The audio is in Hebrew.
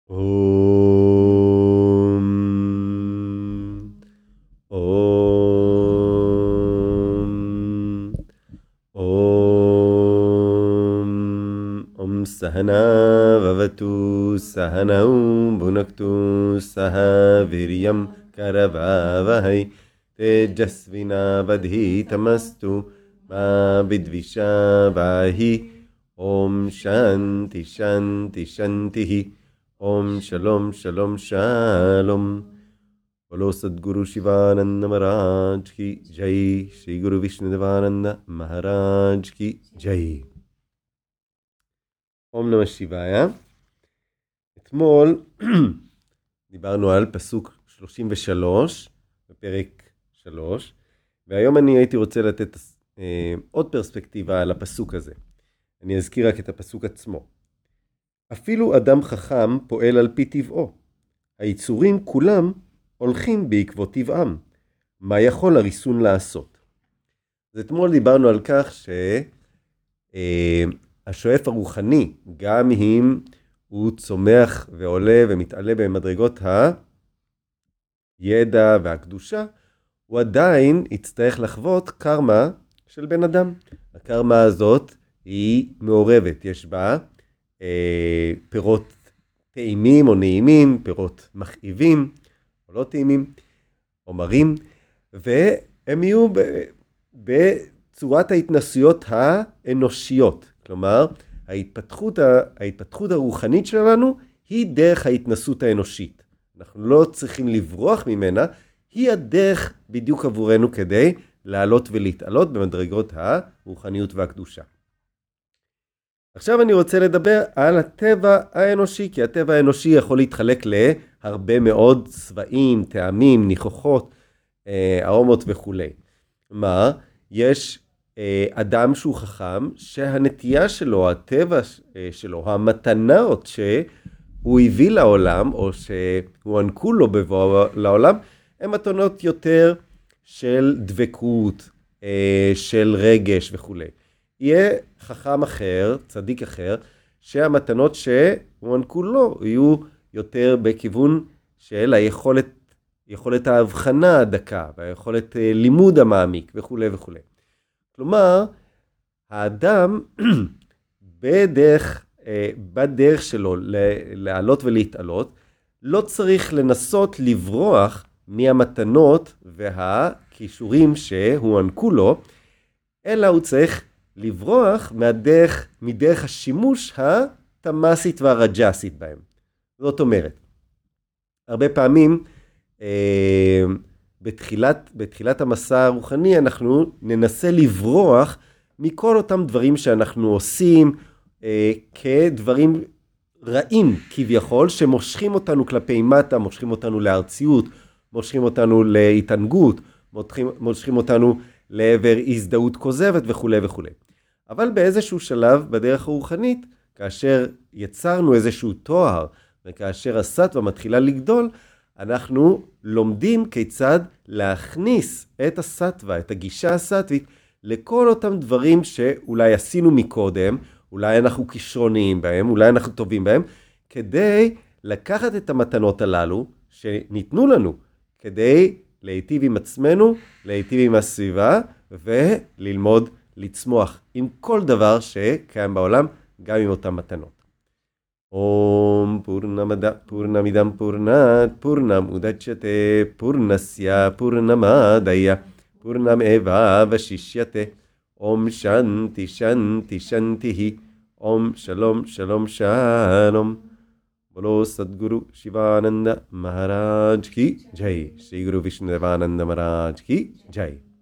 Om. Om. Om. Om Sahana Vavatu Sahanau Bhunaktu Saha Viryam Karavavahai Tejasvina Vadhitamastu Ma Vidvishavai. Om Shanti Shanti Shantihi. Om Shalom Shalom Shalom. Bolo Sadguru Shivananda Maharaj ki Jai. Shri Guru Vishnudevananda Maharaj ki Jai. Om Namah Shivaya. אתמול דיברנו על פסוק 33 בפרק 3, והיום אני הייתי רוצה לתת עוד פרספקטיבה על הפסוק הזה. אני אזכיר רק את הפסוק עצמו. אפילו אדם חכם פועל על פי טבעו. היצורים כולם הולכים בעקבות טבעם. מה יכול הריסון לעשות? אז אתמול דיברנו על כך שהשואף הרוחני, גם אם הוא צומח ועולה ומתעלה במדרגות הידע והקדושה, הוא עדיין יצטרך לחוות קרמה של בן אדם. הקרמה הזאת היא מעורבת, יש בה פירות טעימים או נעימים, פירות מכאיבים או לא טעימים, או מרים, והם יהיו בצורת ההתנסויות האנושיות. כלומר, ההתפתחות הרוחנית שלנו היא דרך ההתנסות האנושית. אנחנו לא צריכים לברוח ממנה, היא הדרך בדיוק עבורנו כדי לעלות ולהתעלות במדרגות הרוחניות והקדושה. עכשיו אני רוצה לדבר על הטבע האנושי, כי הטבע האנושי יכול להתחלק להרבה מאוד צבעים, טעמים, ניחוחות, ארומות וכו'. מה? יש אדם שהוא חכם, שהנטייה שלו, הטבע שלו, המתנות שהוא הביא לעולם, או שהוענקו לו בבוא לעולם, הן מתנות יותר של דבקות, של רגש וכו'. יהיה חכם אחר, צדיק אחר, שהמתנות שהוענקו לו יהיו יותר בכיוון של יכולת ההבחנה הדקה, והיכולת לימוד המעמיק וכו' וכו'. כלומר, האדם בדרך שלו לעלות ולהתעלות, לא צריך לנסות לברוח מהמתנות והכישורים שהוענקו לו, אלא הוא צריך לברוח מדרך השימוש התמאסית והרג'סית בהם. זאת אומרת, הרבה פעמים בתחילת המסע הרוחני אנחנו ננסה לברוח מכל אותם דברים שאנחנו עושים כדברים רעים כביכול, שמושכים אותנו כלפי מטה, מושכים אותנו לארציות, מושכים אותנו להתענגות, מושכים אותנו לעבר הזדהות כוזבת וכו' וכו'. אבל באיזשהו שלב בדרך הרוחנית, כאשר יצרנו איזשהו תואר, וכאשר הסטווה מתחילה לגדול, אנחנו לומדים כיצד להכניס את הסטווה, את הגישה הסטווית, לכל אותם דברים שאולי עשינו מקודם, אולי אנחנו כישרוניים בהם, אולי אנחנו טובים בהם, כדי לקחת את המתנות הללו שניתנו לנו, כדי להיטיב עם עצמנו, להיטיב עם הסביבה, וללמוד לצמוח עם כל דבר שקיים בעולם, גם עם אותם מתנות. Om Purnamidam Purnat Purnam Udachyate Purnasya Purnamadaya Purnameva Vashishyate. Om Shanti Shanti Shantihi. Om Shalom Shalom Shalom. Bolo Sadguru Shivananda Maharaj ki Jai. Shri Guru Vishnudevananda Maharaj ki Jai.